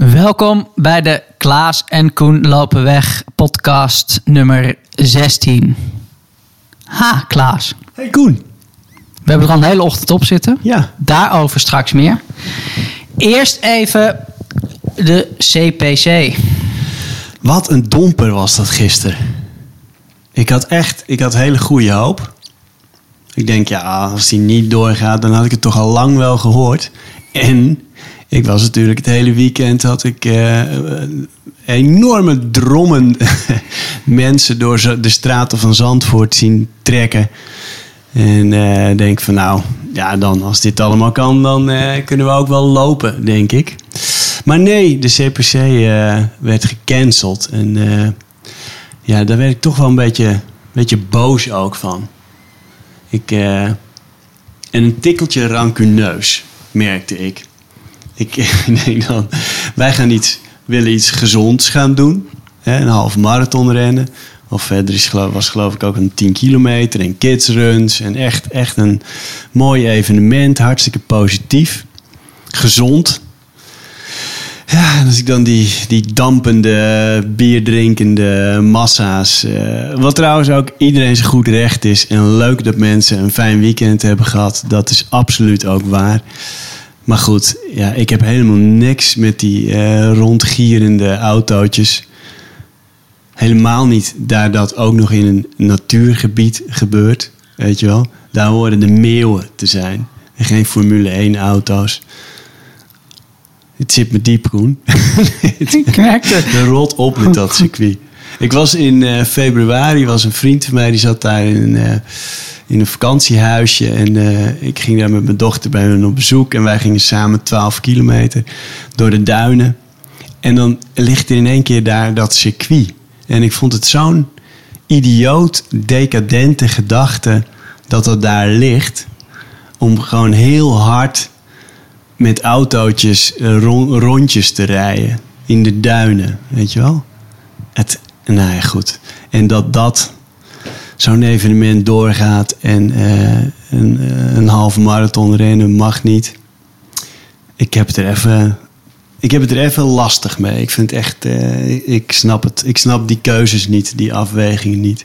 Welkom bij de Klaas en Koen lopen weg podcast nummer 16. Ha, Klaas. Hey Koen. We hebben er al een hele ochtend op zitten. Ja. Daarover straks meer. Eerst even de CPC. Wat een domper was dat gisteren. Ik had hele goede hoop. Ik denk, ja, als die niet doorgaat, dan had ik het toch al lang wel gehoord. En ik was natuurlijk het hele weekend, had ik enorme drommen mensen door de straten van Zandvoort zien trekken. En denk van nou, ja dan als dit allemaal kan, dan kunnen we ook wel lopen, denk ik. Maar nee, de CPC werd gecanceld. En ja, daar werd ik toch wel een beetje boos ook van. En een tikkeltje rancuneus, merkte ik. Ik denk dan, wij willen iets gezonds gaan doen. Hè, een halve marathon rennen. Of verder was geloof ik ook een 10 kilometer en kidsruns. En echt een mooi evenement. Hartstikke positief. Gezond. Ja, en als ik dan die dampende, bierdrinkende massa's... wat trouwens ook iedereen zijn goed recht is. En leuk dat mensen een fijn weekend hebben gehad. Dat is absoluut ook waar. Maar goed, ja, ik heb helemaal niks met die rondgierende autootjes. Helemaal niet daar dat ook nog in een natuurgebied gebeurt. Weet je wel? Daar horen de meeuwen te zijn. En geen Formule 1 auto's. Het zit me diep, Koen. Ik merk het. Er rolt op met dat circuit. Ik was in februari, was een vriend van mij, die zat daar in een vakantiehuisje. En ik ging daar met mijn dochter bij hen op bezoek. En wij gingen samen 12 kilometer door de duinen. En dan ligt er in één keer daar dat circuit. En ik vond het zo'n idioot, decadente gedachte dat daar ligt. Om gewoon heel hard met autootjes rondjes te rijden. In de duinen, weet je wel? Nou ja, goed. En dat zo'n evenement doorgaat en een halve marathon rennen mag niet. Ik heb het er even lastig mee. Ik vind echt, ik snap het. Ik snap die keuzes niet, die afwegingen niet.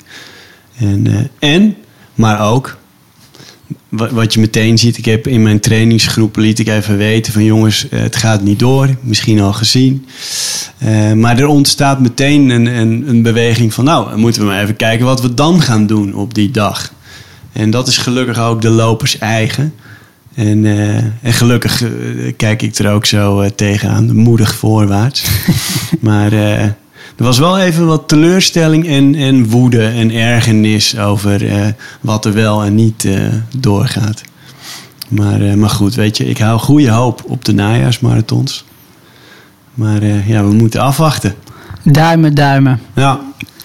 Maar ook, wat je meteen ziet, ik heb in mijn trainingsgroep liet ik even weten van jongens, het gaat niet door. Misschien al gezien. Maar er ontstaat meteen een beweging van nou, moeten we maar even kijken wat we dan gaan doen op die dag. En dat is gelukkig ook de lopers eigen. En gelukkig kijk ik er ook zo tegenaan, moedig voorwaarts. Maar er was wel even wat teleurstelling en woede en ergernis over wat er wel en niet doorgaat. Maar goed, weet je, ik hou goede hoop op de najaarsmarathons. Maar ja, we moeten afwachten. Duimen. Ja.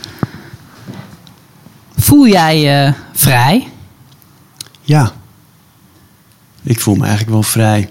Voel jij je vrij? Ja. Ik voel me eigenlijk wel vrij.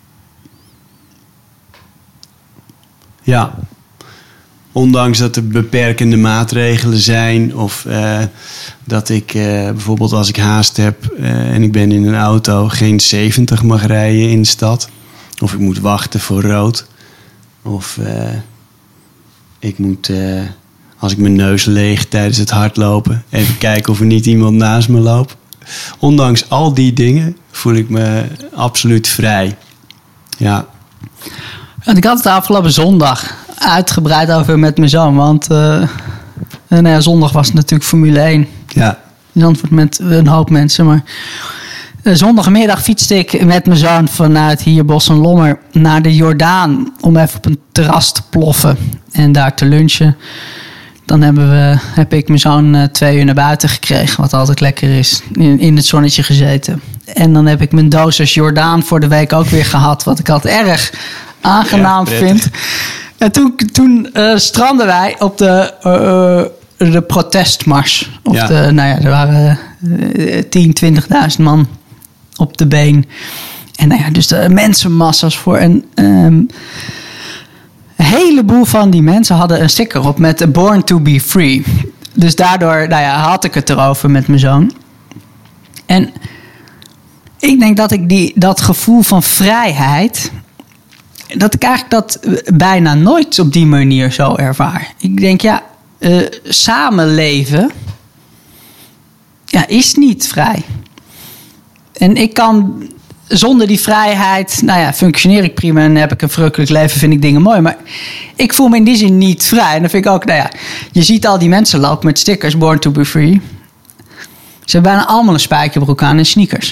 Ja. Ondanks dat er beperkende maatregelen zijn. Of dat ik bijvoorbeeld als ik haast heb en ik ben in een auto geen 70 mag rijden in de stad. Of ik moet wachten voor rood. Of ik moet, als ik mijn neus leeg tijdens het hardlopen, even kijken of er niet iemand naast me loopt. Ondanks al die dingen voel ik me absoluut vrij. Ja. En ik had het de afgelopen zondag uitgebreid over met mijn zoon. Want zondag was het natuurlijk Formule 1. Ja. In Zandvoort met een hoop mensen. Maar zondagmiddag fietste ik met mijn zoon vanuit hier Bos en Lommer naar de Jordaan. Om even op een terras te ploffen en daar te lunchen. Dan heb ik mijn zoon 2 uur naar buiten gekregen. Wat altijd lekker is. In het zonnetje gezeten. En dan heb ik mijn dosis Jordaan voor de week ook weer gehad. Wat ik altijd erg aangenaam vind. En toen strandden wij op de protestmars. Er waren 10.000, 20.000 man op de been. En dus de mensenmassa's voor. En een heleboel van die mensen hadden een sticker op met Born to be Free. Dus daardoor had ik het erover met mijn zoon. En ik denk dat ik dat gevoel van vrijheid dat ik eigenlijk dat bijna nooit op die manier zo ervaar. Ik denk, samenleven is niet vrij. En ik kan zonder die vrijheid, functioneer ik prima en heb ik een verrukkelijk leven, vind ik dingen mooi. Maar ik voel me in die zin niet vrij. En dan vind ik ook, je ziet al die mensen lopen met stickers, Born to be Free. Ze hebben bijna allemaal een spijkerbroek aan en sneakers.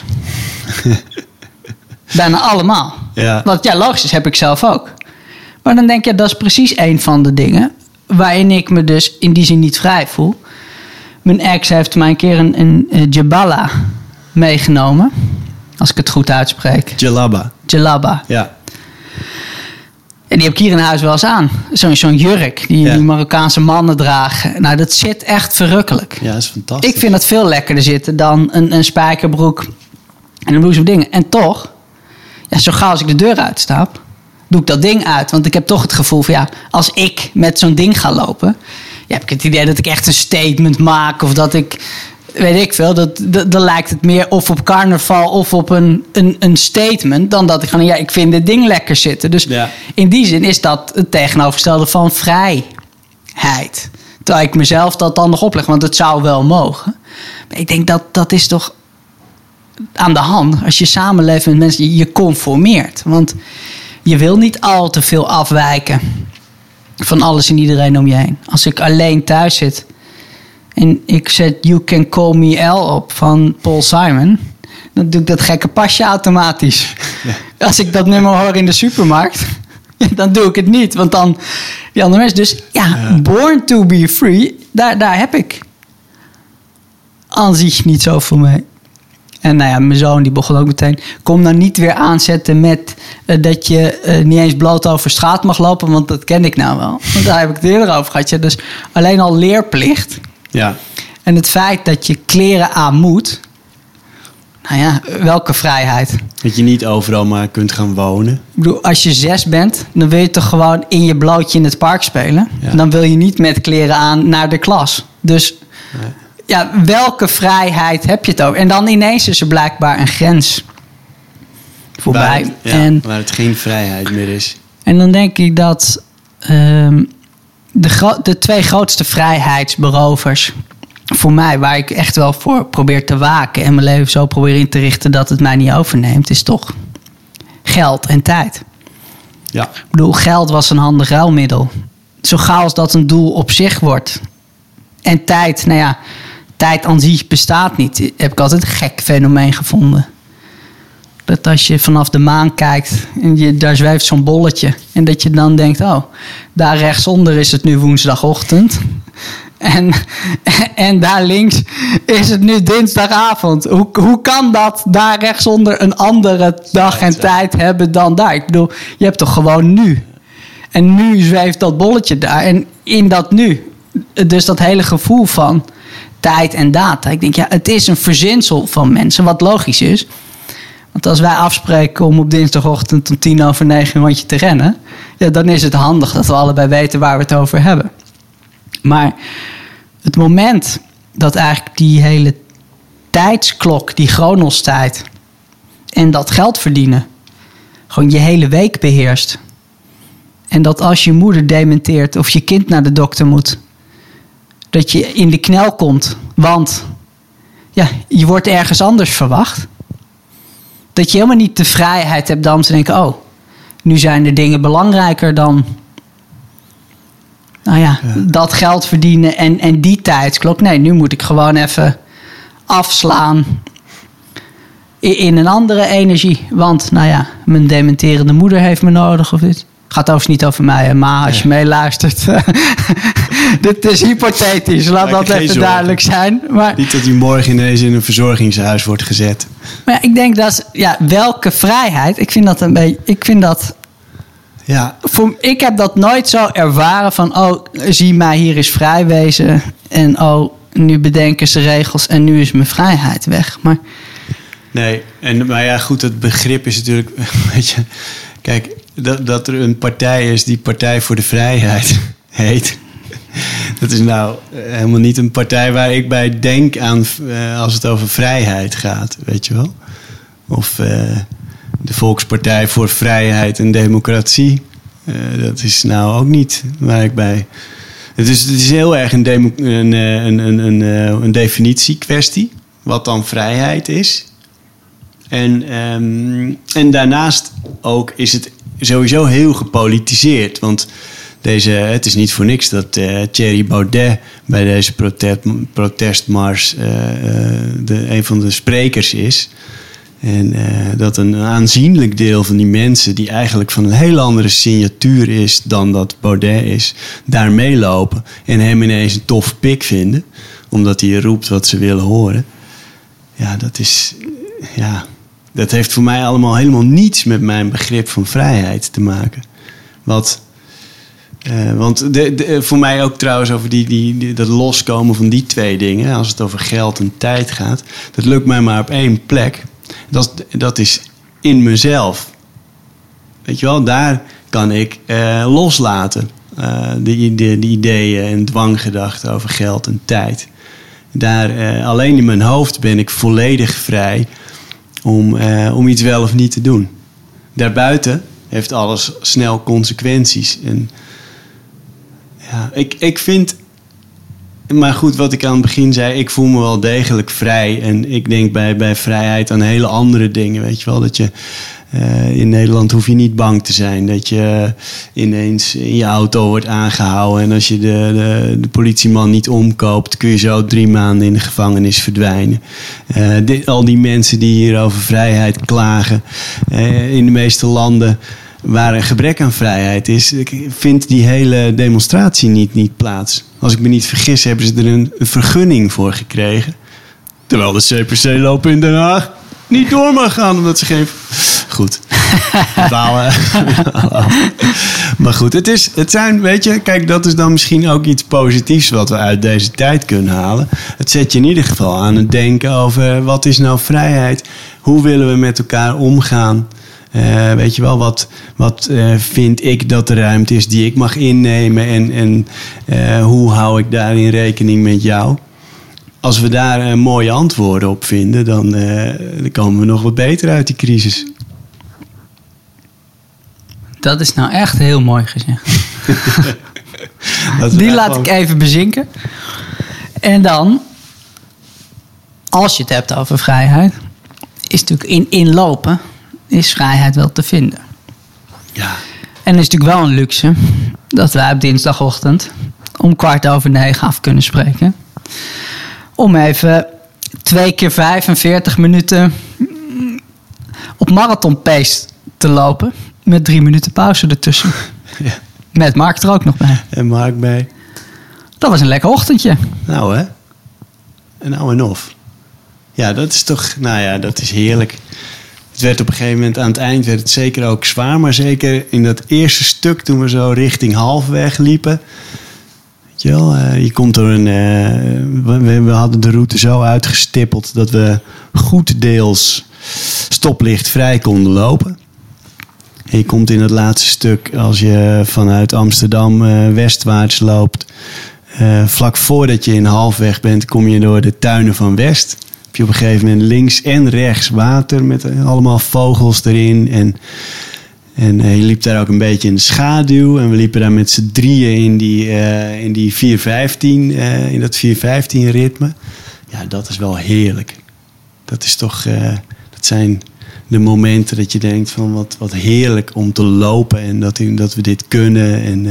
Bijna allemaal. Ja. Want logisch is, heb ik zelf ook. Maar dan denk je, dat is precies een van de dingen waarin ik me dus in die zin niet vrij voel. Mijn ex heeft mij een keer een Jabala meegenomen. Als ik het goed uitspreek. Jalaba. Ja. En die heb ik hier in huis wel eens aan. Zo'n jurk die Marokkaanse mannen dragen. Nou, dat zit echt verrukkelijk. Ja, dat is fantastisch. Ik vind dat veel lekkerder zitten dan een spijkerbroek en een blouse of dingen. En toch, zo gauw als ik de deur uitstap, doe ik dat ding uit. Want ik heb toch het gevoel van, als ik met zo'n ding ga lopen, heb ik het idee dat ik echt een statement maak. Of dat ik, weet ik veel, dan lijkt het meer of op carnaval of op een statement. Dan dat ik gewoon, ik vind dit ding lekker zitten. Dus in die zin is dat het tegenovergestelde van vrijheid. Terwijl ik mezelf dat dan nog opleg, want het zou wel mogen. Maar ik denk dat is toch aan de hand. Als je samenleeft met mensen, je conformeert. Want je wil niet al te veel afwijken van alles en iedereen om je heen. Als ik alleen thuis zit en ik zet You Can Call Me L op van Paul Simon, dan doe ik dat gekke pasje automatisch. Ja. Als ik dat nummer hoor in de supermarkt, dan doe ik het niet. Want dan die andere mensen. Dus Born to be Free, daar heb ik aan zich niet zoveel mee. En mijn zoon die begon ook meteen, kom nou niet weer aanzetten met dat je niet eens bloot over straat mag lopen, want dat ken ik nou wel. Want daar heb ik het eerder over gehad. Dus alleen al leerplicht. Ja. En het feit dat je kleren aan moet. Welke vrijheid? Dat je niet overal maar kunt gaan wonen. Ik bedoel, als je 6 bent, dan wil je toch gewoon in je blootje in het park spelen. Ja. Dan wil je niet met kleren aan naar de klas. Dus welke vrijheid heb je het over? En dan ineens is er blijkbaar een grens voorbij. Waar het geen vrijheid meer is. En dan denk ik dat de 2 grootste vrijheidsberovers voor mij, waar ik echt wel voor probeer te waken en mijn leven zo probeer in te richten dat het mij niet overneemt, is toch geld en tijd. Ja. Ik bedoel, geld was een handig ruilmiddel. Zo gauw als dat een doel op zich wordt. En tijd, tijd aan zich bestaat niet. Heb ik altijd een gek fenomeen gevonden. Dat als je vanaf de maan kijkt en daar zweeft zo'n bolletje. En dat je dan denkt, daar rechtsonder is het nu woensdagochtend. En daar links is het nu dinsdagavond. Hoe kan dat daar rechtsonder een andere dag en tijd hebben dan daar? Ik bedoel, je hebt toch gewoon nu. En nu zweeft dat bolletje daar. En in dat nu, dus dat hele gevoel van tijd en data. Ik denk, het is een verzinsel van mensen, wat logisch is. Want als wij afspreken om op dinsdagochtend om 9:10 een rondje te rennen, dan is het handig dat we allebei weten waar we het over hebben. Maar het moment dat eigenlijk die hele tijdsklok, die chronostijd en dat geld verdienen gewoon je hele week beheerst. En dat als je moeder dementeert of je kind naar de dokter moet, dat je in de knel komt, want je wordt ergens anders verwacht. Dat je helemaal niet de vrijheid hebt om te denken, nu zijn er dingen belangrijker dan dat geld verdienen en die tijdsklok. Nee, nu moet ik gewoon even afslaan in een andere energie. Want, mijn dementerende moeder heeft me nodig of dit. Gaat overigens niet over mij, hè, Ma, als je meeluistert. Dit is hypothetisch, laat dat even duidelijk zijn. Maar niet dat hij morgen ineens in een verzorgingshuis wordt gezet. Maar ik denk dat, welke vrijheid, ik vind dat een beetje, ja. Ik heb dat nooit zo ervaren van, zie mij hier is vrij wezen. En nu bedenken ze regels en nu is mijn vrijheid weg. Maar nee, maar goed, het begrip is natuurlijk, weet je, kijk, dat er een partij is die Partij voor de Vrijheid heet. Dat is nou helemaal niet een partij waar ik bij denk aan als het over vrijheid gaat, weet je wel. Of de Volkspartij voor Vrijheid en Democratie. Dat is nou ook niet waar ik bij... Het is heel erg een definitiekwestie. Wat dan vrijheid is. En daarnaast ook is het sowieso heel gepolitiseerd. Want het is niet voor niks dat Thierry Baudet bij deze protestmars een van de sprekers is. En dat een aanzienlijk deel van die mensen die eigenlijk van een heel andere signatuur is dan dat Baudet is, daar meelopen en hem ineens een tof pik vinden, omdat hij roept wat ze willen horen. Ja, dat heeft voor mij allemaal helemaal niets met mijn begrip van vrijheid te maken. Want voor mij ook trouwens over dat loskomen van die twee dingen, als het over geld en tijd gaat, dat lukt mij maar op één plek. Dat is in mezelf. Weet je wel, daar kan ik loslaten. De ideeën en dwanggedachten over geld en tijd. Daar, alleen in mijn hoofd ben ik volledig vrij om iets wel of niet te doen. Daarbuiten heeft alles snel consequenties. En ja, ik vind... Maar goed, wat ik aan het begin zei, ik voel me wel degelijk vrij. En ik denk bij vrijheid aan hele andere dingen. Weet je wel, dat je in Nederland hoef je niet bang te zijn. Dat je ineens in je auto wordt aangehouden. En als je de politieman niet omkoopt, kun je zo 3 maanden in de gevangenis verdwijnen. Al die mensen die hier over vrijheid klagen. In de meeste landen waar een gebrek aan vrijheid is, vindt die hele demonstratie niet plaats. Als ik me niet vergis, hebben ze er een vergunning voor gekregen. Terwijl de CPC-lopen in Den Haag niet door mag gaan, omdat ze geen... Goed. Maar goed, het zijn, weet je, kijk, dat is dan misschien ook iets positiefs wat we uit deze tijd kunnen halen. Het zet je in ieder geval aan het denken over wat is nou vrijheid? Hoe willen we met elkaar omgaan? Weet je wel, wat vind ik dat de ruimte is die ik mag innemen en hoe hou ik daarin rekening met jou? Als we daar mooie antwoorden op vinden, dan komen we nog wat beter uit die crisis. Dat is nou echt heel mooi gezegd. Die laat ik even bezinken. En dan, als je het hebt over vrijheid, is natuurlijk inlopen is vrijheid wel te vinden. Ja. En het is natuurlijk wel een luxe dat wij op dinsdagochtend om 8:15 af kunnen spreken. Om even 2 keer 45 minuten op marathon pace te lopen. Met 3 minuten pauze ertussen. Ja. Met Mark er ook nog bij. En Mark bij. Dat was een lekker ochtendje. Nou hè. En of. Ja, dat is toch... Nou ja, dat is heerlijk. Het werd op een gegeven moment, aan het eind werd het zeker ook zwaar. Maar zeker in dat eerste stuk, toen we zo richting halfweg liepen. Weet je wel, je komt door we hadden de route zo uitgestippeld dat we goed deels stoplichtvrij konden lopen. En je komt in het laatste stuk, als je vanuit Amsterdam westwaarts loopt. Vlak voordat je in halfweg bent, kom je door de tuinen van West. Heb je op een gegeven moment links en rechts water met allemaal vogels erin. En je liep daar ook een beetje in de schaduw. En we liepen daar met z'n drieën in die 415, in dat 415 ritme. Ja, dat is wel heerlijk. Dat is toch, dat zijn de momenten dat je denkt van wat heerlijk om te lopen. En dat we dit kunnen. En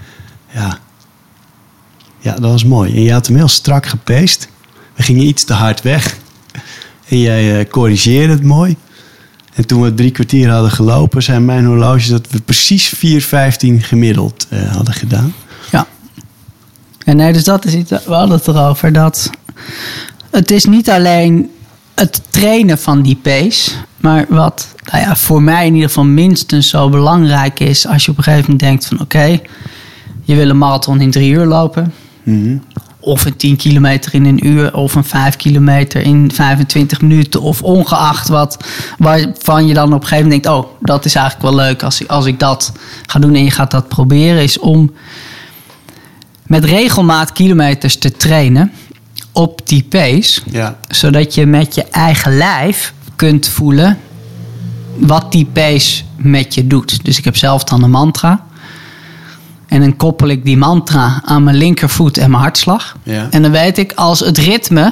ja, dat was mooi. En je had hem heel strak gepaced. We gingen iets te hard weg. En jij corrigeerde het mooi. En toen we 3 kwartier hadden gelopen, zei mijn horloge dat we precies 4:15 gemiddeld hadden gedaan. Ja. En nee, dus dat is iets, we hadden het erover, dat het is niet alleen het trainen van die pace, maar wat voor mij in ieder geval minstens zo belangrijk is, als je op een gegeven moment denkt van oké, je wil een marathon in 3 uur lopen. Mm-hmm. Of een 10 kilometer in 1 uur. Of een 5 kilometer in 25 minuten. Of ongeacht waarvan je dan op een gegeven moment denkt, oh, dat is eigenlijk wel leuk als ik dat ga doen. En je gaat dat proberen. Is om met regelmaat kilometers te trainen op die pace. Ja. Zodat je met je eigen lijf kunt voelen, wat die pace met je doet. Dus ik heb zelf dan een mantra. En dan koppel ik die mantra aan mijn linkervoet en mijn hartslag. Ja. En dan weet ik, als het ritme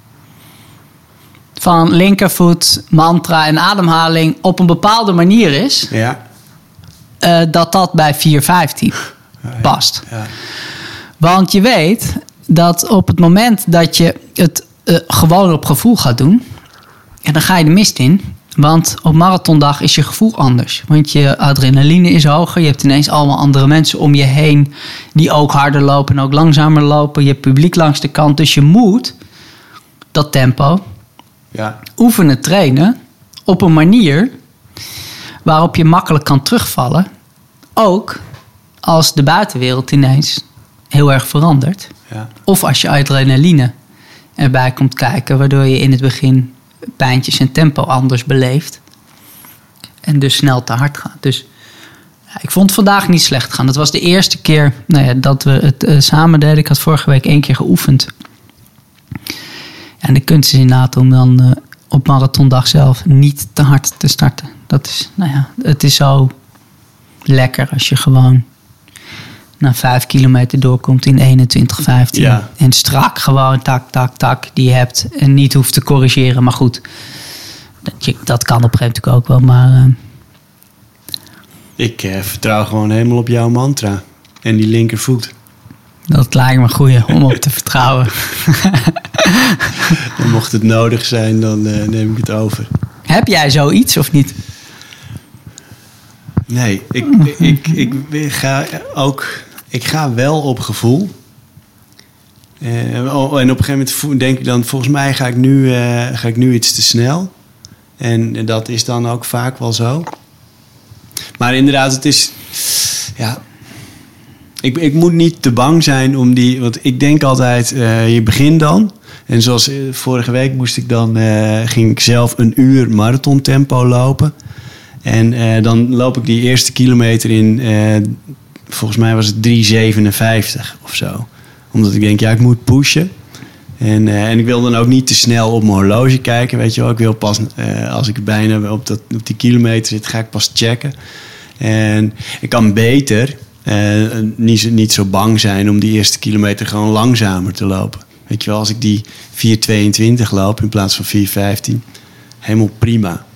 van linkervoet, mantra en ademhaling op een bepaalde manier is, dat bij 4:15 past. Ja. Want je weet dat op het moment dat je het gewoon op gevoel gaat doen, en dan ga je de mist in. Want op marathondag is je gevoel anders. Want je adrenaline is hoger. Je hebt ineens allemaal andere mensen om je heen die ook harder lopen en ook langzamer lopen. Je hebt publiek langs de kant. Dus je moet dat tempo oefenen, trainen op een manier waarop je makkelijk kan terugvallen. Ook als de buitenwereld ineens heel erg verandert. Ja. Of als je adrenaline erbij komt kijken, waardoor je in het begin pijntjes en tempo anders beleeft. En dus snel te hard gaat. Dus ik vond het vandaag niet slecht gaan. Dat was de eerste keer dat we het samen deden. Ik had vorige week 1 keer geoefend. En de kunst is inderdaad om dan op marathondag zelf niet te hard te starten. Dat is, het is zo lekker als je gewoon na 5 kilometer doorkomt in 21:15. Ja. En strak gewoon tak die je hebt. En niet hoeft te corrigeren. Maar goed, dat kan op een gegeven moment ook wel. Maar ik vertrouw gewoon helemaal op jouw mantra. En die linkervoet. Dat lijkt me goed om op te vertrouwen. En mocht het nodig zijn, dan neem ik het over. Heb jij zoiets of niet? Nee, ik ga wel op gevoel. En op een gegeven moment denk ik dan, volgens mij ga ik nu iets te snel. En dat is dan ook vaak wel zo. Maar inderdaad, het is... Ja, ik moet niet te bang zijn om die... Want ik denk altijd, je begint dan. En zoals vorige week ging ik zelf 1 uur marathontempo lopen. En dan loop ik die eerste kilometer in... volgens mij was het 3:57 of zo. Omdat ik denk, ik moet pushen. En ik wil dan ook niet te snel op mijn horloge kijken. Weet je wel, ik wil pas als ik bijna op die kilometer zit, ga ik pas checken. En ik kan beter niet zo bang zijn om die eerste kilometer gewoon langzamer te lopen. Weet je wel, als ik die 4:22 loop in plaats van 4:15, helemaal prima.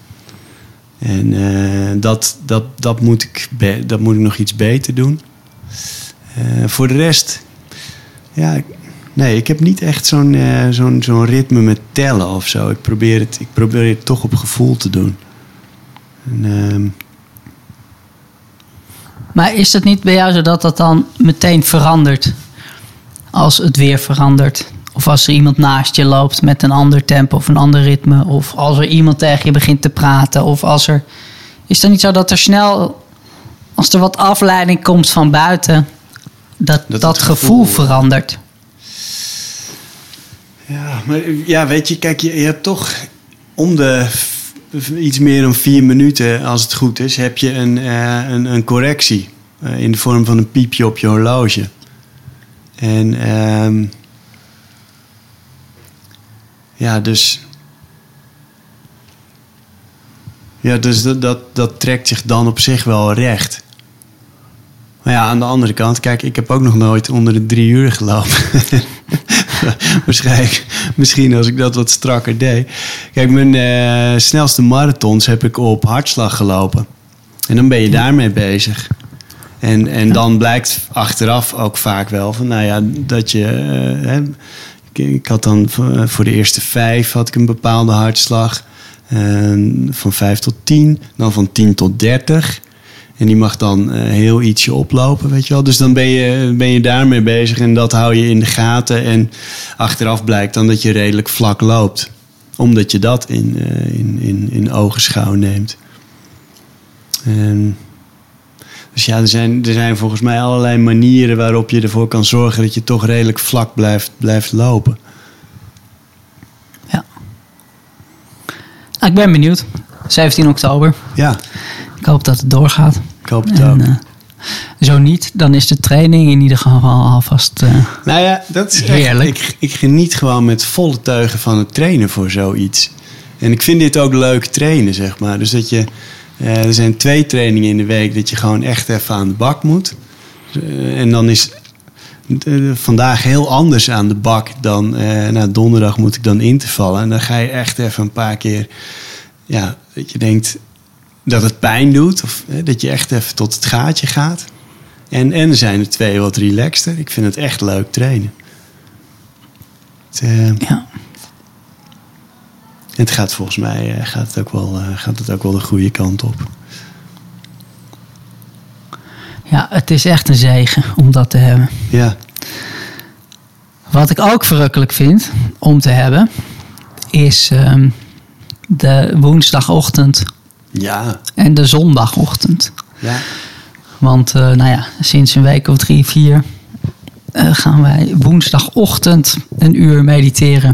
En dat moet ik nog iets beter doen. Voor de rest, ik heb niet echt zo'n ritme met tellen of zo. Ik probeer het toch op gevoel te doen. Maar is het niet bij jou zo dat dan meteen verandert als het weer verandert? Of als er iemand naast je loopt met een ander tempo of een ander ritme? Of als er iemand tegen je begint te praten? Of is het niet zo dat er snel, als er wat afleiding komt van buiten, dat gevoel verandert? Ja, maar weet je, kijk, je hebt toch om de iets meer dan 4 minuten, als het goed is, heb je een correctie in de vorm van een piepje op je horloge. En dus dat trekt zich dan op zich wel recht. Maar aan de andere kant, kijk, ik heb ook nog nooit onder de 3 uur gelopen. Misschien als ik dat wat strakker deed. Kijk, mijn snelste marathons heb ik op hartslag gelopen. En dan ben je daarmee bezig. En dan blijkt achteraf ook vaak wel van, dat je... ik had dan voor de eerste 5 had ik een bepaalde hartslag. Van 5 tot 10. Dan van 10 tot 30. En die mag dan heel ietsje oplopen, weet je wel. Dus dan ben je daarmee bezig en dat hou je in de gaten. En achteraf blijkt dan dat je redelijk vlak loopt. Omdat je dat in ogenschouw neemt. Dus er zijn volgens mij allerlei manieren waarop je ervoor kan zorgen dat je toch redelijk vlak blijft lopen. Ja. Ik ben benieuwd. 17 oktober. Ja. Ik hoop dat het doorgaat. Ik hoop het ook. Zo niet, dan is de training in ieder geval alvast dat is heerlijk. Echt, ik geniet gewoon met volle teugen van het trainen voor zoiets. En ik vind dit ook leuk trainen, zeg maar. Dus dat je Er zijn 2 trainingen in de week dat je gewoon echt even aan de bak moet. En dan is vandaag heel anders aan de bak dan... donderdag moet ik dan intervallen. En dan ga je echt even een paar keer... Ja, dat je denkt dat het pijn doet. Of dat je echt even tot het gaatje gaat. En er zijn er 2 wat relaxter. Ik vind het echt leuk trainen. Ja. Het gaat volgens mij gaat het ook wel de goede kant op. Ja, het is echt een zegen om dat te hebben. Ja. Wat ik ook verrukkelijk vind om te hebben... is de woensdagochtend Ja. en de zondagochtend. Ja. Want sinds een week of 3, 4... gaan wij woensdagochtend 1 uur mediteren.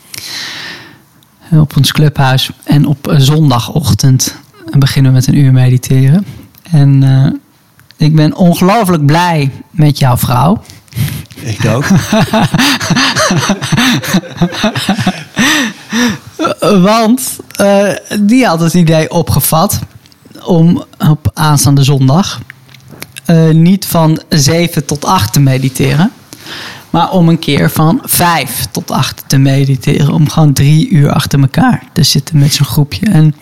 Op ons clubhuis. En op zondagochtend beginnen we met 1 uur mediteren. En ik ben ongelooflijk blij met jouw vrouw. Ik ook. Want die had het idee opgevat om op aanstaande zondag niet van 7 tot 8 te mediteren. Maar om een keer van 5 tot 8 te mediteren. Om gewoon 3 uur achter elkaar te zitten met zo'n groepje. En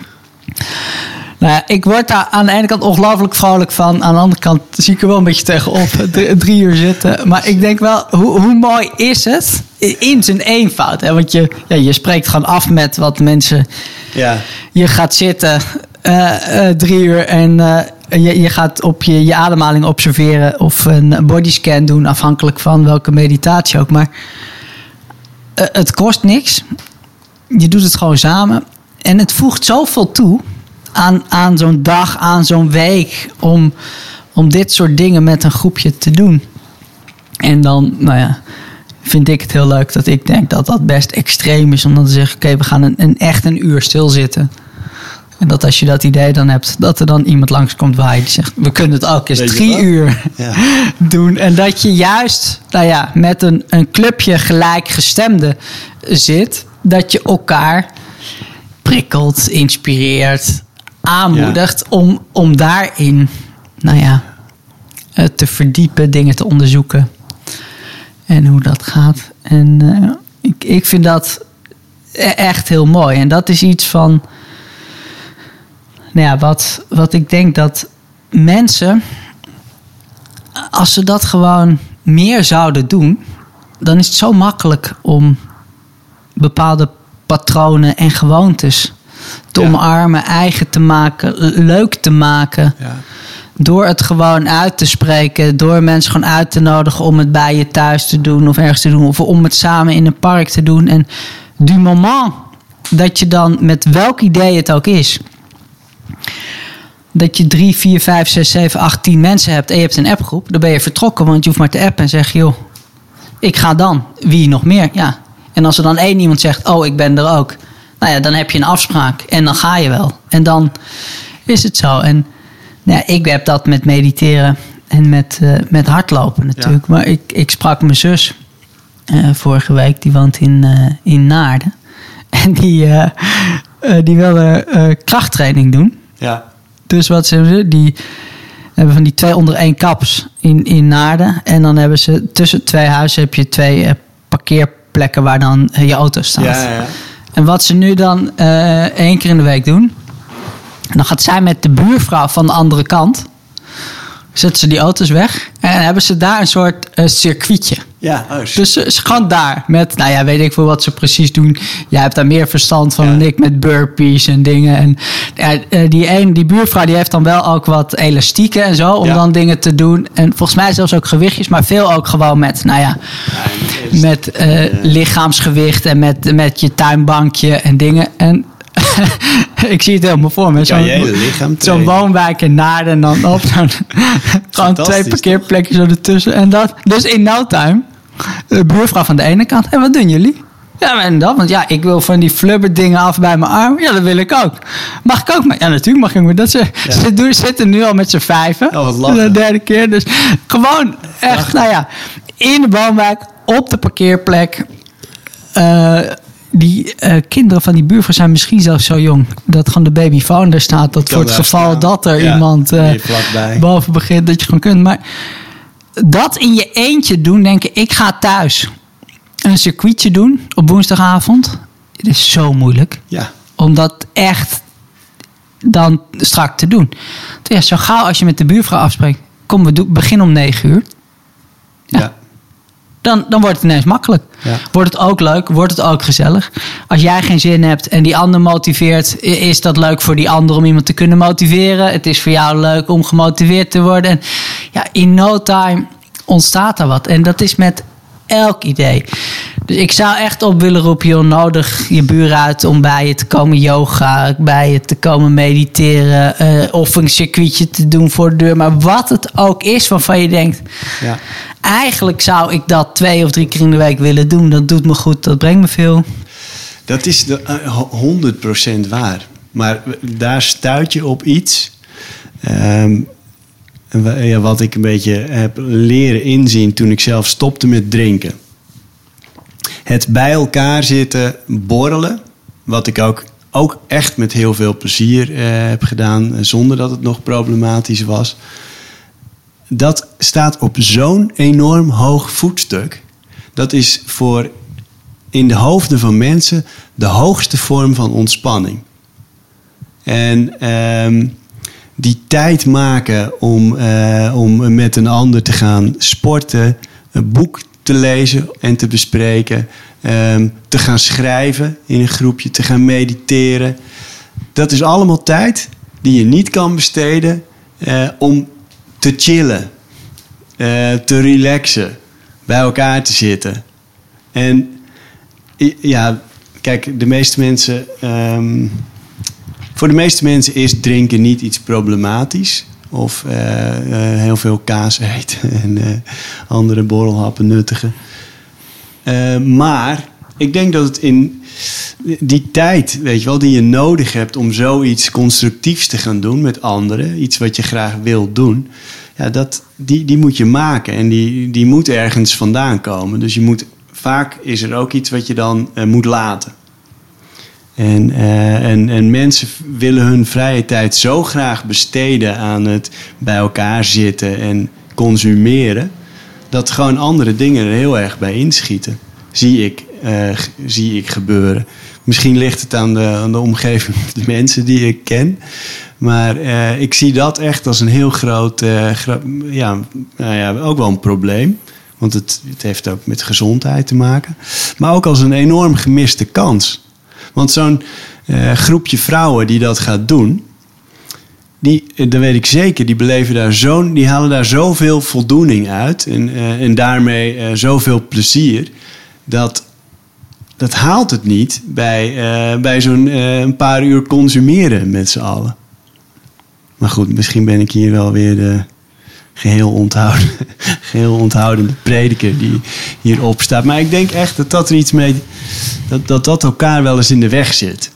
ik word daar aan de ene kant ongelooflijk vrolijk van. Aan de andere kant zie ik er wel een beetje tegenop. 3 uur zitten. Maar ik denk wel, hoe mooi is het? In zijn eenvoud. Hè? Want je spreekt gewoon af met wat mensen... Ja. Je gaat zitten 3 uur en je gaat op je ademhaling observeren... of een bodyscan doen, afhankelijk van welke meditatie ook. Maar het kost niks. Je doet het gewoon samen. En het voegt zoveel toe aan zo'n dag, aan zo'n week... om dit soort dingen met een groepje te doen. En dan, vind ik het heel leuk dat ik denk dat dat best extreem is... om dan te zeggen, oké, we gaan echt 1 uur stilzitten... En dat als je dat idee dan hebt, dat er dan iemand langskomt waar je zegt... we kunnen het ook eens 3 uur doen. En dat je juist met een clubje gelijkgestemden zit... dat je elkaar prikkelt, inspireert, aanmoedigt... om daarin te verdiepen, dingen te onderzoeken. En hoe dat gaat. En ik vind dat echt heel mooi. En dat is iets van... wat ik denk dat mensen, als ze dat gewoon meer zouden doen... dan is het zo makkelijk om bepaalde patronen en gewoontes te omarmen, eigen te maken, leuk te maken. Ja. Door het gewoon uit te spreken, door mensen gewoon uit te nodigen om het bij je thuis te doen of ergens te doen... of om het samen in een park te doen. En du moment dat je dan, met welk idee het ook is... dat je 3, 4, 5, 6, 7, 8, 10 mensen hebt... en je hebt een appgroep, dan ben je vertrokken... want je hoeft maar te appen en zeg joh, ik ga dan. Wie nog meer? Ja. En als er dan 1 iemand zegt, oh, ik ben er ook... dan heb je een afspraak en dan ga je wel. En dan is het zo. En ik heb dat met mediteren en met hardlopen natuurlijk. Ja. Maar ik sprak mijn zus vorige week, die woont in Naarden. En die wilde krachttraining doen. Ja. Dus wat ze die hebben van die 2 onder 1 kaps in Naarden. En dan hebben ze tussen 2 huizen heb je 2 parkeerplekken waar dan je auto staat. Ja. En wat ze nu dan 1 keer in de week doen... dan gaat zij met de buurvrouw van de andere kant... zetten ze die auto's weg... en hebben ze daar een soort circuitje. Ja, dus ze gaan daar met... weet ik veel wat ze precies doen. Jij hebt daar meer verstand van dan ik... met burpees en dingen. En die buurvrouw die heeft dan wel ook wat elastieken en zo... om dan dingen te doen. En volgens mij zelfs ook gewichtjes... maar veel ook gewoon met... met lichaamsgewicht... en met je tuinbankje en dingen... En ik zie het helemaal voor me. Zo'n woonwijk in Naarden en dan op gewoon 2 parkeerplekjes zo ertussen. En dat. Dus in no time, de buurvrouw van de ene kant. En wat doen jullie? Ja, en dat. Want ik wil van die flubber dingen af bij mijn arm. Ja, dat wil ik ook. Mag ik ook? Maar ja, natuurlijk mag ik. Maar ze zitten nu al met z'n 5. Oh, wat lachen. De 3e keer. Dus gewoon echt, in de woonwijk, op de parkeerplek... die kinderen van die buurvrouw zijn misschien zelfs zo jong dat gewoon de babyfoon er staat. Dat voor het geval dat er iemand boven begint, dat je gewoon kunt. Maar dat in je eentje doen, denk ik ga thuis een circuitje doen op woensdagavond. Het is zo moeilijk. Ja. Om dat echt dan strak te doen. Ja, zo gauw als je met de buurvrouw afspreekt. Kom, we beginnen om 9:00. Ja. Dan wordt het ineens makkelijk. Ja. Wordt het ook leuk, wordt het ook gezellig. Als jij geen zin hebt en die ander motiveert, is dat leuk voor die ander om iemand te kunnen motiveren. Het is voor jou leuk om gemotiveerd te worden. En ja, in no time ontstaat er wat. En dat is met elk idee. Dus ik zou echt op willen roepen, joh, nodig je buren uit om bij je te komen yoga, bij je te komen mediteren, of een circuitje te doen voor de deur. Maar wat het ook is waarvan je denkt, ja, eigenlijk zou ik dat 2 of 3 keer in de week willen doen. Dat doet me goed, dat brengt me veel. Dat is 100% waar. Maar daar stuit je op iets wat ik een beetje heb leren inzien toen ik zelf stopte met drinken. Het bij elkaar zitten borrelen, wat ik ook echt met heel veel plezier heb gedaan, zonder dat het nog problematisch was. Dat staat op zo'n enorm hoog voetstuk. Dat is voor in de hoofden van mensen de hoogste vorm van ontspanning. En die tijd maken om met een ander te gaan sporten, een boek te lezen en te bespreken, te gaan schrijven in een groepje, te gaan mediteren. Dat is allemaal tijd die je niet kan besteden om te chillen, te relaxen, bij elkaar te zitten. En ja, kijk, de meeste mensen, voor de meeste mensen is drinken niet iets problematisch. Of heel veel kaas eten en andere borrelhappen nuttigen. Maar ik denk dat het in die tijd, weet je wel, die je nodig hebt om zoiets constructiefs te gaan doen met anderen, iets wat je graag wil doen, ja, die moet je maken en die moet ergens vandaan komen. Dus vaak is er ook iets wat je dan moet laten. En mensen willen hun vrije tijd zo graag besteden aan het bij elkaar zitten en consumeren, dat gewoon andere dingen er heel erg bij inschieten. Zie ik gebeuren. Misschien ligt het aan de omgeving, de mensen die ik ken. Maar ik zie dat echt als een heel groot, ook wel een probleem. Want het heeft ook met gezondheid te maken. Maar ook als een enorm gemiste kans. Want zo'n groepje vrouwen die dat gaat doen, dat weet ik zeker, die halen daar zoveel voldoening uit en daarmee zoveel plezier, dat haalt het niet bij zo'n een paar uur consumeren met z'n allen. Maar goed, misschien ben ik hier wel weer de geheel onthoudende prediker die hierop staat. Maar ik denk echt dat er iets mee, dat elkaar wel eens in de weg zit.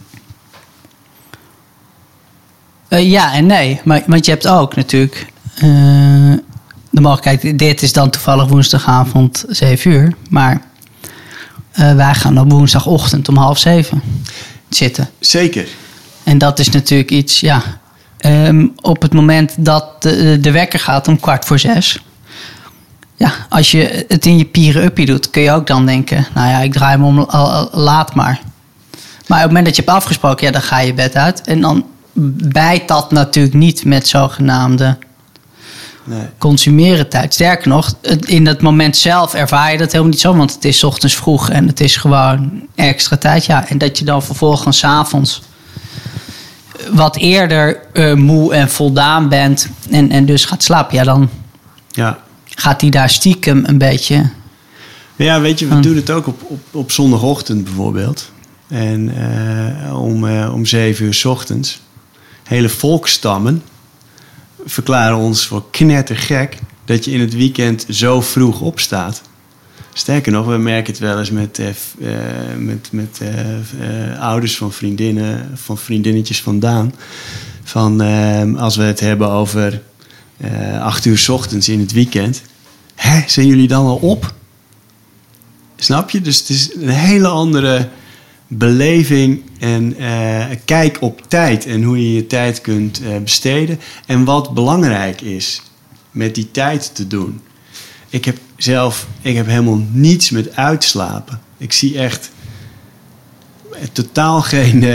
Ja en nee. Want je hebt ook natuurlijk de mogelijkheid, dit is dan toevallig woensdagavond 7:00. Maar wij gaan op woensdagochtend om 6:30 zitten. Zeker. En dat is natuurlijk iets, ja. Op het moment dat de wekker gaat om 5:45. Ja, als je het in je pieren-uppie doet, kun je ook dan denken, nou ja, ik draai me om, laat maar. Maar op het moment dat je hebt afgesproken, ja, dan ga je bed uit. En dan bijt dat natuurlijk niet met zogenaamde consumeren tijd. Sterker nog, in dat moment zelf ervaar je dat helemaal niet zo, want het is 's ochtends vroeg en het is gewoon extra tijd. Ja, en dat je dan vervolgens 's avonds wat eerder moe en voldaan bent en dus gaat slapen, ja, dan gaat die daar stiekem een beetje. Ja, weet je, we doen het ook op zondagochtend bijvoorbeeld. En om 7:00 's ochtends. Hele volksstammen verklaren ons voor knettergek dat je in het weekend zo vroeg opstaat. Sterker nog, we merken het wel eens met ouders van vriendinnetjes vandaan. Als we het hebben over 8:00 's ochtends in het weekend. Zijn jullie dan al op? Snap je? Dus het is een hele andere beleving en kijk op tijd en hoe je je tijd kunt besteden. En wat belangrijk is met die tijd te doen. Ik heb helemaal niets met uitslapen. Ik zie echt totaal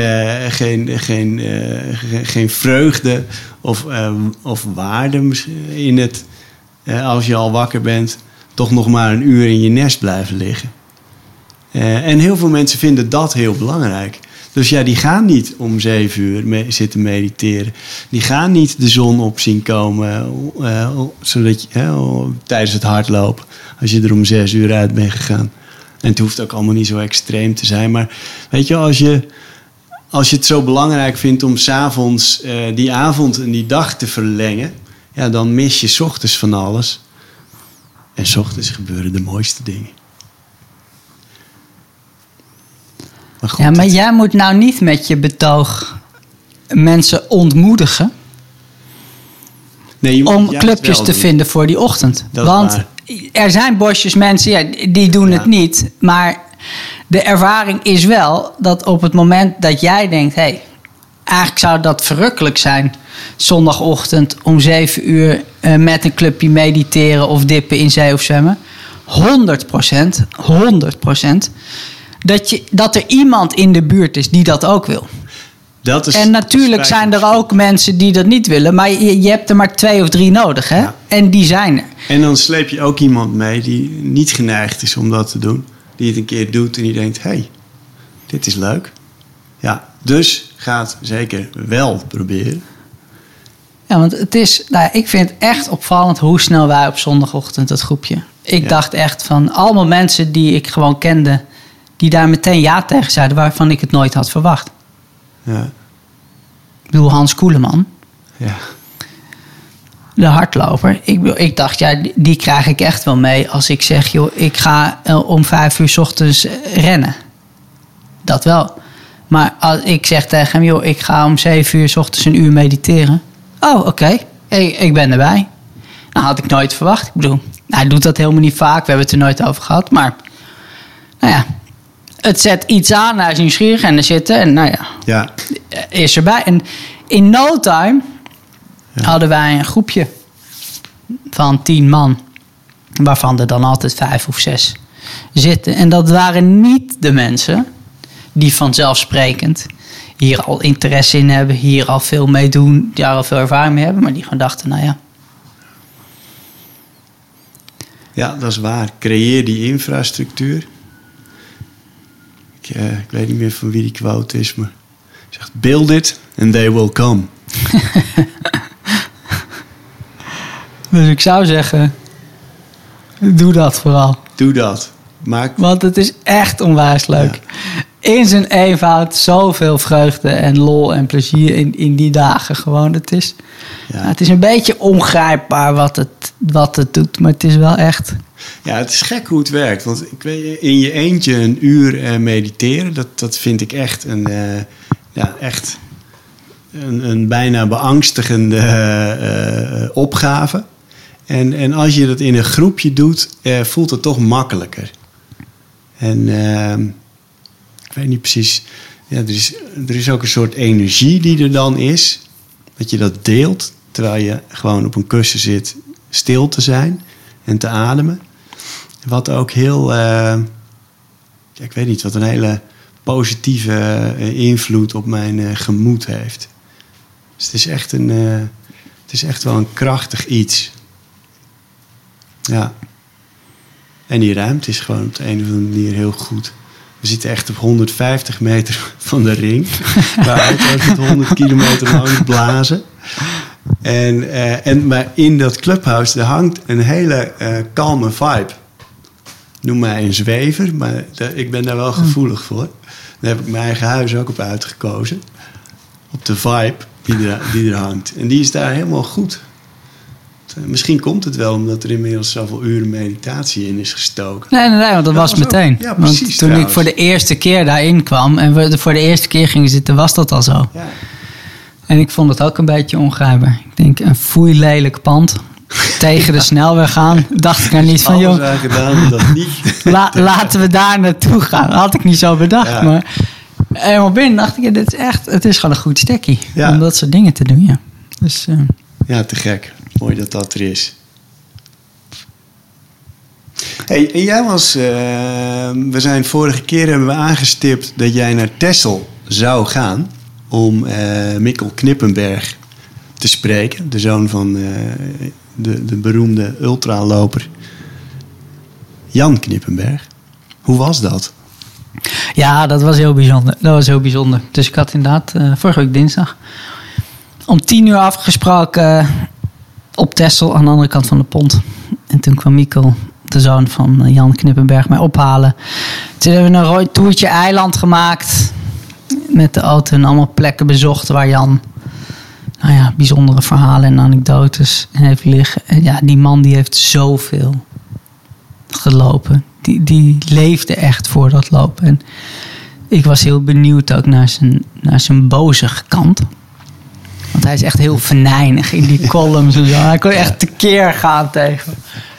geen vreugde of waarde in het, als je al wakker bent, toch nog maar een uur in je nest blijven liggen. En heel veel mensen vinden dat heel belangrijk. Dus ja, die gaan niet om 7 uur zitten mediteren. Die gaan niet de zon op zien komen, zodat je tijdens het hardlopen, als je er om 6 uur uit bent gegaan. En het hoeft ook allemaal niet zo extreem te zijn. Maar weet je, als je het zo belangrijk vindt om 's avonds die avond en die dag te verlengen, ja, dan mis je 's ochtends van alles. En 's ochtends gebeuren de mooiste dingen. Maar goed, maar jij moet nou niet met je betoog mensen ontmoedigen om clubjes te vinden voor die ochtend. Want er zijn bosjes mensen, die doen het niet. Maar de ervaring is wel dat op het moment dat jij denkt, eigenlijk zou dat verrukkelijk zijn, zondagochtend om 7 uur met een clubje mediteren of dippen in zee of zwemmen. 100%. Dat er iemand in de buurt is die dat ook wil. En natuurlijk zijn er ook mensen die dat niet willen. Maar je hebt er maar 2 of 3 nodig. Hè? Ja. En die zijn er. En dan sleep je ook iemand mee die niet geneigd is om dat te doen. Die het een keer doet en die denkt, dit is leuk. Ja, dus ga het zeker wel proberen. Ja, want het is, ik vind het echt opvallend hoe snel wij op zondagochtend dat groepje. Ik dacht echt van allemaal mensen die ik gewoon kende, die daar meteen ja tegen zeiden, waarvan ik het nooit had verwacht. Ja. Ik bedoel, Hans Koeleman. Ja. De hardloper. Ik dacht, die krijg ik echt wel mee als ik zeg, joh, ik ga om 5 uur 's ochtends rennen. Dat wel. Maar als ik zeg tegen hem, joh, ik ga om 7 uur 's ochtends een uur mediteren. Oh, oké. Ik ben erbij. Nou, had ik nooit verwacht. Ik bedoel, hij doet dat helemaal niet vaak. We hebben het er nooit over gehad. Maar, het zet iets aan. Hij is nieuwsgierig en er zitten. En is erbij. En in no time hadden wij een groepje van 10 man. Waarvan er dan altijd 5 of 6 zitten. En dat waren niet de mensen die vanzelfsprekend hier al interesse in hebben. Hier al veel mee doen. Die al veel ervaring mee hebben. Maar die gewoon dachten, Ja, dat is waar. Creëer die infrastructuur. Ik weet niet meer van wie die quote is, maar zegt, build it and they will come. Dus ik zou zeggen, doe dat vooral. Doe dat. Want het is echt onwijs leuk. Ja. In zijn eenvoud zoveel vreugde en lol en plezier in die dagen gewoon. Het is een beetje ongrijpbaar wat het doet, maar het is wel echt. Ja, het is gek hoe het werkt. Want ik weet, in je eentje een uur mediteren, dat vind ik echt een bijna beangstigende opgave. En als je dat in een groepje doet, voelt het toch makkelijker. En ik weet niet precies. Ja, er is ook een soort energie die er dan is. Dat je dat deelt, terwijl je gewoon op een kussen zit stil te zijn en te ademen. Wat ook heel, ik weet niet, wat een hele positieve invloed op mijn gemoed heeft. Dus het is echt wel een krachtig iets. Ja. En die ruimte is gewoon op de een of andere manier heel goed. We zitten echt op 150 meter van de ring. Waar auto's met 100 kilometer lang blazen. Maar in dat clubhouse er hangt een hele kalme vibe. Noem mij een zwever, maar ik ben daar wel gevoelig voor. Daar heb ik mijn eigen huis ook op uitgekozen. Op de vibe die er hangt. En die is daar helemaal goed. Misschien komt het wel omdat er inmiddels zoveel uren meditatie in is gestoken. Nee, want dat was meteen. Ja, precies, want toen ik voor de eerste keer daarin kwam en we voor de eerste keer gingen zitten, was dat al zo. Ja. En ik vond het ook een beetje ongrijpbaar. Ik denk, een foeilelijk pand tegen de snelweg gaan. Dacht ik er niet van, joh. Gedaan, dat niet. Laten we daar naartoe gaan. Dat had ik niet zo bedacht. Ja. Maar helemaal binnen dacht ik, dit is echt, het is gewoon een goed stekkie. Ja. Om dat soort dingen te doen, ja. Dus, Ja, te gek. Mooi dat dat er is. Hey, en jij was... we zijn vorige keer hebben we aangestipt dat jij naar Texel zou gaan om Mikkel Knippenberg te spreken. De zoon van de beroemde ultraloper Jan Knippenberg. Hoe was dat? ja, dat was heel bijzonder. Dus ik had inderdaad vorige week dinsdag om 10:00 afgesproken op Texel aan de andere kant van de pont. En toen kwam Mikkel, de zoon van Jan Knippenberg, mij ophalen. Toen hebben we een rood toertje eiland gemaakt met de auto en allemaal plekken bezocht waar Jan bijzondere verhalen en anekdotes heeft liggen. En ja, die man die heeft zoveel gelopen. Die leefde echt voor dat lopen. En ik was heel benieuwd ook naar zijn bozige kant. Want hij is echt heel venijnig in die columns en zo. Hij kon echt tekeer gaan tegen...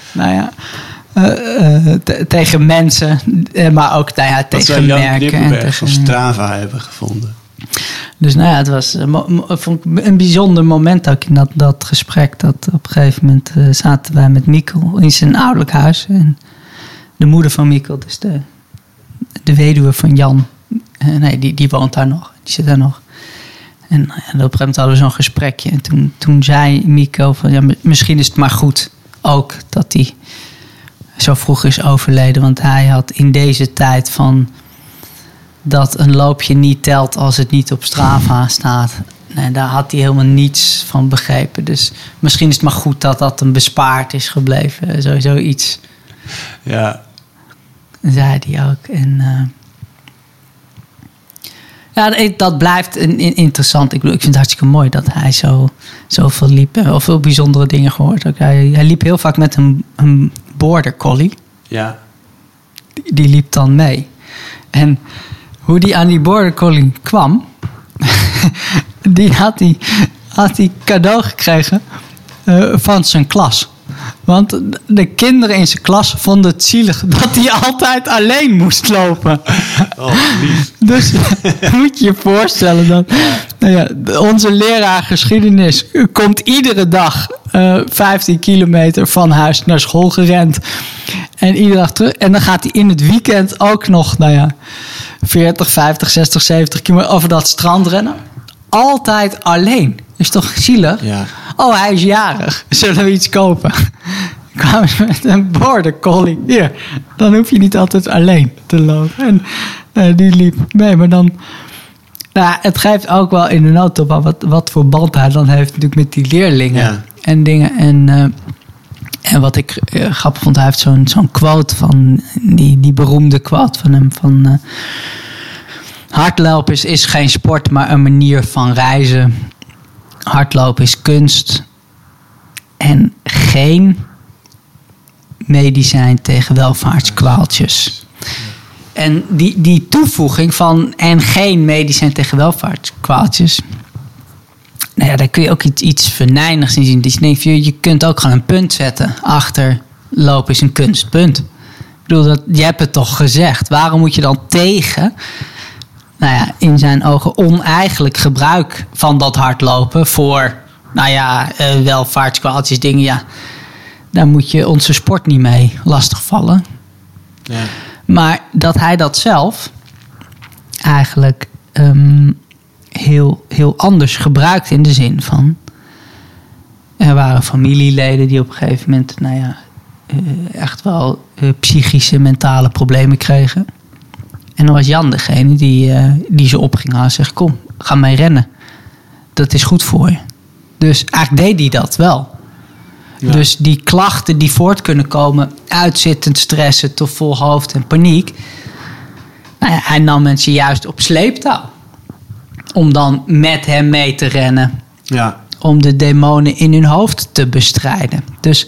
tegen mensen, maar ook tegen merken. En tegen van Strava hebben gevonden. Dus het was vond ik een bijzonder moment ook in dat gesprek. Dat op een gegeven moment zaten wij met Mikkel in zijn ouderlijk huis. En de moeder van Mikkel, dus de weduwe van Jan, die woont daar nog. Die zit daar nog. En op een gegeven moment hadden we zo'n gesprekje. En toen zei Mikkel van, misschien is het maar goed ook dat hij zo vroeg is overleden. Want hij had in deze tijd van dat een loopje niet telt als het niet op Strava staat. Nee, daar had hij helemaal niets van begrepen. Dus misschien is het maar goed dat hem bespaard is gebleven. Sowieso iets. Ja. Zei hij ook. En dat blijft interessant. Ik vind het hartstikke mooi dat hij zoveel liep. En wel veel bijzondere dingen gehoord. Ook hij liep heel vaak met een border collie. Ja. Die liep dan mee. En hoe die aan die border collie kwam... die had hij cadeau gekregen van zijn klas. Want de kinderen in zijn klas vonden het zielig dat hij altijd alleen moest lopen. Oh, lief. Dus moet je je voorstellen dat onze leraar geschiedenis komt iedere dag 15 kilometer van huis naar school gerend. En iedere dag terug. En dan gaat hij in het weekend ook nog 40, 50, 60, 70 kilometer over dat strand rennen. Altijd alleen. Is toch zielig? Ja. Oh, hij is jarig. Zullen we iets kopen? Kwamen ze met een border collie. Hier, dan hoef je niet altijd alleen te lopen. En die liep mee. Maar dan... het geeft ook wel in de notendop wat voor band hij dan heeft natuurlijk met die leerlingen. En dingen. En wat ik grappig vond, hij heeft zo'n quote van... Die beroemde quote van hem van... hardlopen is geen sport, maar een manier van reizen. Hardlopen is kunst. En geen medicijn tegen welvaartskwaaltjes. En die toevoeging van... en geen medicijn tegen welvaartskwaaltjes... daar kun je ook iets venijnigs in zien. Dus je kunt ook gewoon een punt zetten. Achter lopen is een kunstpunt. Ik bedoel, je hebt het toch gezegd. Waarom moet je dan tegen... in zijn ogen oneigenlijk gebruik van dat hardlopen... voor, welvaartskwaaltjes, dingen, ja... Daar moet je onze sport niet mee lastigvallen. Ja. Maar dat hij dat zelf eigenlijk heel, heel anders gebruikt in de zin van... Er waren familieleden die op een gegeven moment... echt wel psychische, mentale problemen kregen. En dan was Jan degene die ze op ging halen. Zegt, kom, ga mee rennen. Dat is goed voor je. Dus eigenlijk deed hij dat wel. Ja. Dus die klachten die voort kunnen komen... uitzittend stressen tot vol hoofd en paniek... hij nam mensen juist op sleeptouw. Om dan met hem mee te rennen. Ja. Om de demonen in hun hoofd te bestrijden. Dus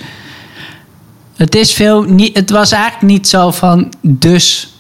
het was eigenlijk niet zo van... dus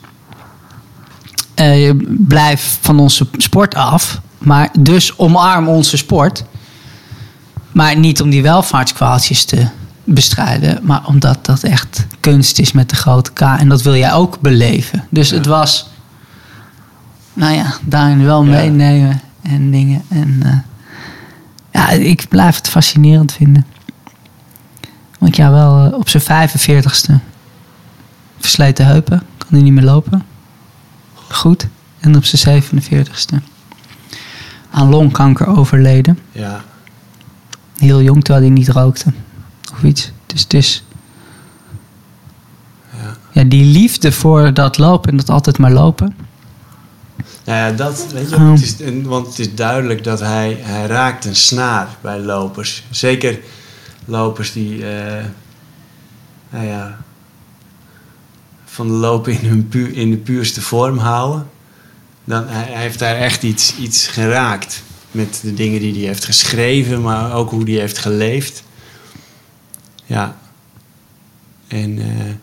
blijf van onze sport af... maar dus omarm onze sport... Maar niet om die welvaartskwaaltjes te bestrijden... maar omdat dat echt kunst is met de grote K... en dat wil jij ook beleven. Dus het was nou ja, daarin wel meenemen en dingen. En ik blijf het fascinerend vinden. Want ja, wel op zijn 45ste versleten heupen. Kan hij niet meer lopen. Goed. En op zijn 47ste aan longkanker overleden. Ja. Heel jong, terwijl hij niet rookte. Of iets. Dus het is... Ja, die liefde voor dat lopen en dat altijd maar lopen. Nou ja, dat, weet je, want het is duidelijk dat hij raakt een snaar bij lopers. Zeker lopers die, van de lopen in de puurste vorm houden. Dan, hij heeft daar echt iets geraakt. Met de dingen die hij heeft geschreven, maar ook hoe hij heeft geleefd. Ja. En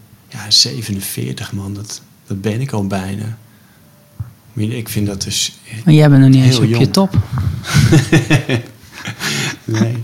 47 man, dat ben ik al bijna. Ik vind dat dus... Maar jij bent nog niet eens op jong. je top. Nee.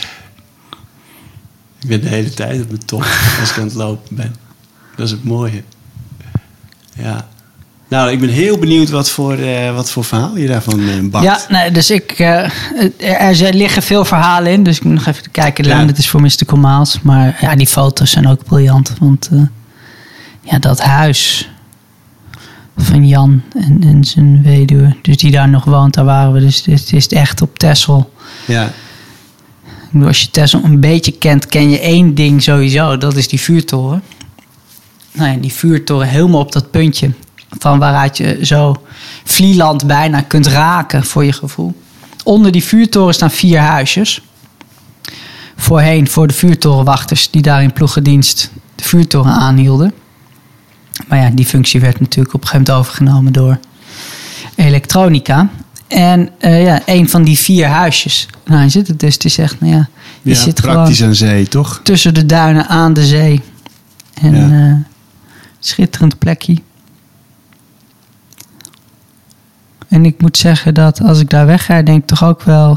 Ik ben de hele tijd op mijn top als ik aan het lopen ben. Dat is het mooie. Ja. Nou, ik ben heel benieuwd wat voor verhaal je daarvan bakt. Ja, nee, dus er liggen veel verhalen in. Dus ik moet nog even kijken. Dit is voor Mystical Miles. Maar ja, die foto's zijn ook briljant. Want dat huis van Jan en zijn weduwe, dus die daar nog woont, daar waren we. Dus het is echt op Texel. Ja. Ik bedoel, als je Texel een beetje kent, ken je één ding sowieso. Dat is die vuurtoren. Nou ja, die vuurtoren helemaal op dat puntje van waaruit je zo Vlieland bijna kunt raken voor je gevoel. Onder die vuurtoren staan 4 huisjes. Voorheen voor de vuurtorenwachters die daar in ploegendienst de vuurtoren aanhielden. Maar ja, die functie werd natuurlijk op een gegeven moment overgenomen door elektronica. En een van die 4 huisjes, nou, zit het dus. Het is echt, je zit praktisch gewoon aan zee, toch? tussen de duinen aan de zee. En schitterend plekje. En ik moet zeggen dat als ik daar wegga, denk ik toch ook wel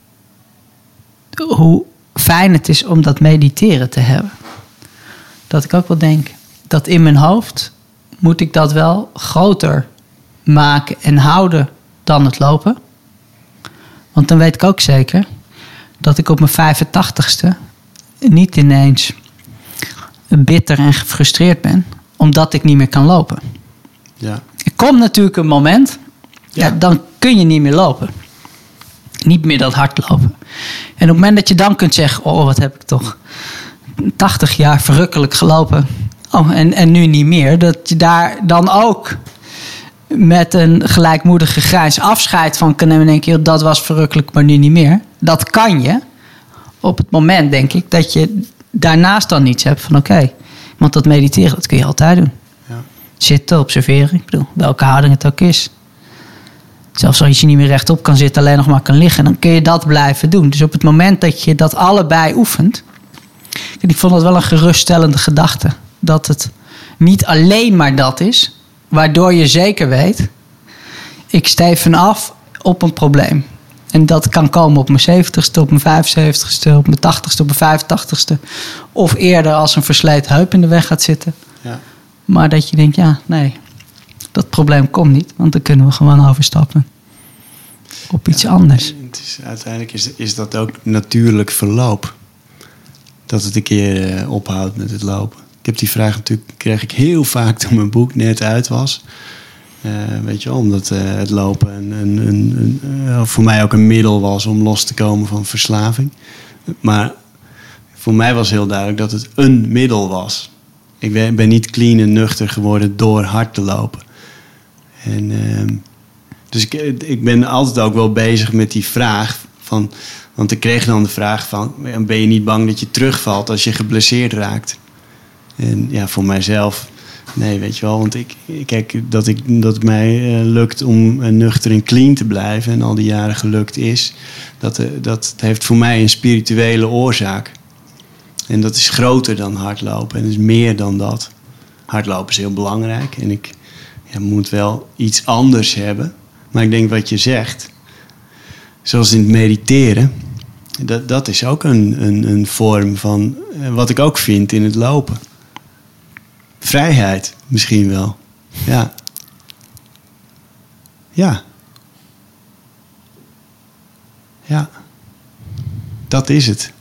hoe fijn het is om dat mediteren te hebben. Dat ik ook wel denk dat in mijn hoofd moet ik dat wel groter maken en houden dan het lopen. Want dan weet ik ook zeker dat ik op mijn 85ste niet ineens bitter en gefrustreerd ben, omdat ik niet meer kan lopen. Ja. Er komt natuurlijk een moment, dan kun je niet meer lopen. Niet meer dat hardlopen. En op het moment dat je dan kunt zeggen, wat heb ik toch 80 jaar verrukkelijk gelopen. En nu niet meer. Dat je daar dan ook met een gelijkmoedige grijns afscheid van kan nemen. En denk je, dat was verrukkelijk, maar nu niet meer. Dat kan je op het moment, denk ik, dat je daarnaast dan iets hebt van oké. Want dat mediteren, dat kun je altijd doen. Ja. Zitten, observeren. Ik bedoel, welke houding het ook is. Zelfs als je niet meer rechtop kan zitten, alleen nog maar kan liggen, dan kun je dat blijven doen. Dus op het moment dat je dat allebei oefent. En ik vond dat wel een geruststellende gedachte. Dat het niet alleen maar dat is, waardoor je zeker weet, ik steven af op een probleem. En dat kan komen op mijn 70ste, op mijn 75ste, op mijn 80ste, op mijn 85ste. Of eerder als een versleten heup in de weg gaat zitten. Ja. Maar dat je denkt, dat probleem komt niet. Want dan kunnen we gewoon overstappen op iets anders. Uiteindelijk is dat ook natuurlijk verloop. Dat het een keer ophoudt met het lopen. Ik heb die vraag natuurlijk, kreeg ik heel vaak toen mijn boek net uit was. Weet je wel, omdat het lopen voor mij ook een middel was om los te komen van verslaving. Maar voor mij was heel duidelijk dat het een middel was. Ik ben niet clean en nuchter geworden door hard te lopen. En, dus ik ben altijd ook wel bezig met die vraag van, want ik kreeg dan de vraag van, ben je niet bang dat je terugvalt als je geblesseerd raakt? En ja, voor mijzelf, nee, weet je wel. Want dat het mij lukt om nuchter en clean te blijven en al die jaren gelukt is, dat heeft voor mij een spirituele oorzaak. En dat is groter dan hardlopen en is meer dan dat. Hardlopen is heel belangrijk en ik moet wel iets anders hebben. Maar ik denk wat je zegt, zoals in het mediteren, dat is ook een vorm van wat ik ook vind in het lopen. Vrijheid misschien wel. Ja. Ja. Ja. Dat is het.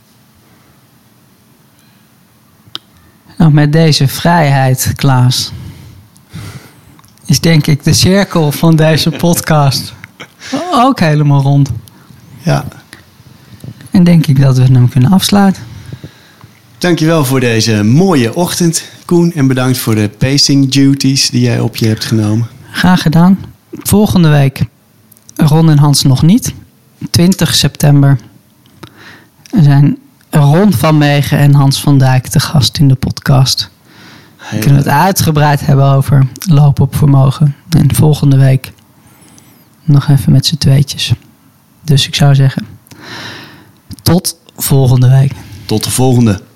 Nou, met deze vrijheid, Klaas, is denk ik de cirkel van deze podcast ook helemaal rond. Ja. En denk ik dat we hem kunnen afsluiten. Dankjewel voor deze mooie ochtend, Koen. En bedankt voor de pacing duties die jij op je hebt genomen. Graag gedaan. Volgende week Ron en Hans nog niet. 20 september zijn Ron van Meegen en Hans van Dijk te gast in de podcast. Dan kunnen we het uitgebreid hebben over lopen op vermogen. En volgende week nog even met z'n tweetjes. Dus ik zou zeggen, tot volgende week. Tot de volgende.